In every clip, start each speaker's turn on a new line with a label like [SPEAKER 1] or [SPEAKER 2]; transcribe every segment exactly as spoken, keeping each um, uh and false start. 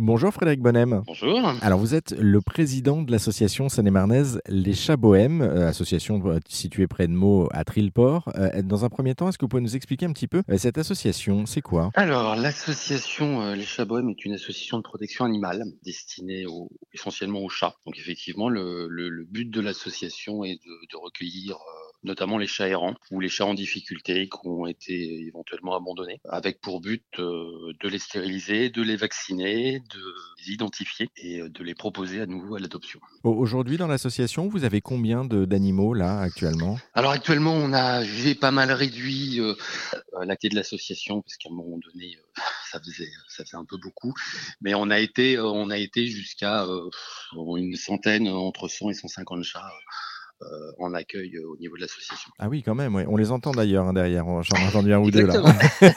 [SPEAKER 1] Bonjour Frédéric Bonnem.
[SPEAKER 2] Bonjour.
[SPEAKER 1] Alors vous êtes le président de l'association seine-et-marnaise Les Chats Bohèmes, euh, association euh, située près de Meaux à Trilleport. Euh, dans un premier temps, est-ce que vous pouvez nous expliquer un petit peu euh, cette association, c'est quoi?
[SPEAKER 2] Alors, l'association euh, Les Chats Bohèmes est une association de protection animale destinée au- essentiellement aux chats. Donc effectivement, le, le- le but de l'association est de, de recueillir euh, notamment les chats errants ou les chats en difficulté qui ont été éventuellement abandonnés, avec pour but euh, de les stériliser, de les vacciner, de les identifier et euh, de les proposer à nouveau à l'adoption.
[SPEAKER 1] Au- Aujourd'hui dans l'association, vous avez combien de- d'animaux là actuellement?
[SPEAKER 2] Alors actuellement, on a j'ai pas mal réduit euh, euh, la clé de l'association parce qu'à un moment donné, euh, ça faisait ça faisait un peu beaucoup. Mais on a été euh, on a été jusqu'à euh, une centaine, entre cent et cent cinquante chats euh, en accueil euh, au niveau de l'association.
[SPEAKER 1] Ah oui, quand même, ouais. On les entend d'ailleurs hein, derrière. J'en ai entendu un ou deux là.
[SPEAKER 2] Exactement.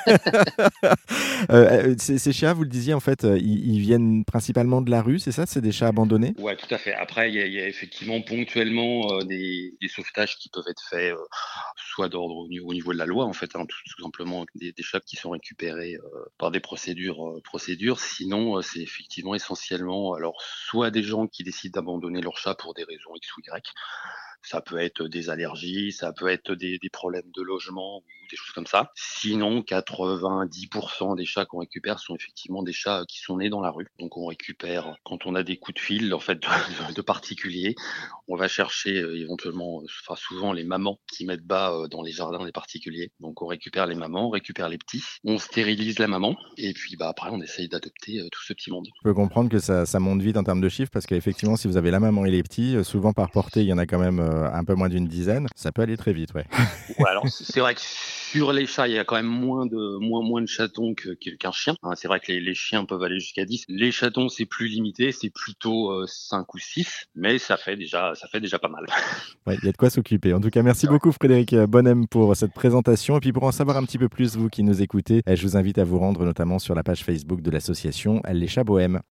[SPEAKER 1] Euh, euh, ces, ces chats, vous le disiez, en fait, euh, ils, ils viennent principalement de la rue, c'est ça? C'est des chats abandonnés?
[SPEAKER 2] Ouais, tout à fait. Après, il y a, il y a effectivement ponctuellement euh, des, des sauvetages qui peuvent être faits, euh, soit d'ordre au niveau, au niveau de la loi, en fait, hein, tout, tout simplement des, des chats qui sont récupérés euh, par des procédures, euh, procédures. Sinon, euh, c'est effectivement essentiellement, alors, soit des gens qui décident d'abandonner leur chat pour des raisons X ou Y. Ça peut être des allergies, ça peut être des, des problèmes de logement ou des choses comme ça. Sinon, quatre-vingt-dix pour cent des chats qu'on récupère sont effectivement des chats qui sont nés dans la rue. Donc on récupère, quand on a des coups de fil en fait de, de particuliers, on va chercher euh, éventuellement, euh, enfin souvent les mamans qui mettent bas euh, dans les jardins des particuliers. Donc on récupère les mamans, on récupère les petits, on stérilise la maman et puis bah après on essaye d'adopter euh, tout ce petit monde.
[SPEAKER 1] Je peux comprendre que ça, ça monte vite en termes de chiffres parce qu'effectivement, si vous avez la maman et les petits, euh, souvent par portée, il y en a quand même euh, un peu moins d'une dizaine. Ça peut aller très vite, ouais.
[SPEAKER 2] Ouais, alors c'est c'est vrai que sur les chats, il y a quand même moins de moins moins de chatons que que qu'un chien, hein. C'est vrai que les les chiens peuvent aller jusqu'à dix. Les chatons, c'est plus limité, c'est plutôt, heu, cinq ou six, mais ça fait déjà ça fait déjà pas mal.
[SPEAKER 1] Ouais, il y a de quoi s'occuper. En tout cas, merci beaucoup Frédéric euh, Bonnem pour cette présentation. Et puis pour en savoir un petit peu plus, vous qui nous écoutez, euh, je vous invite à vous rendre notamment sur la page Facebook de l'association Les Chats Bohèmes.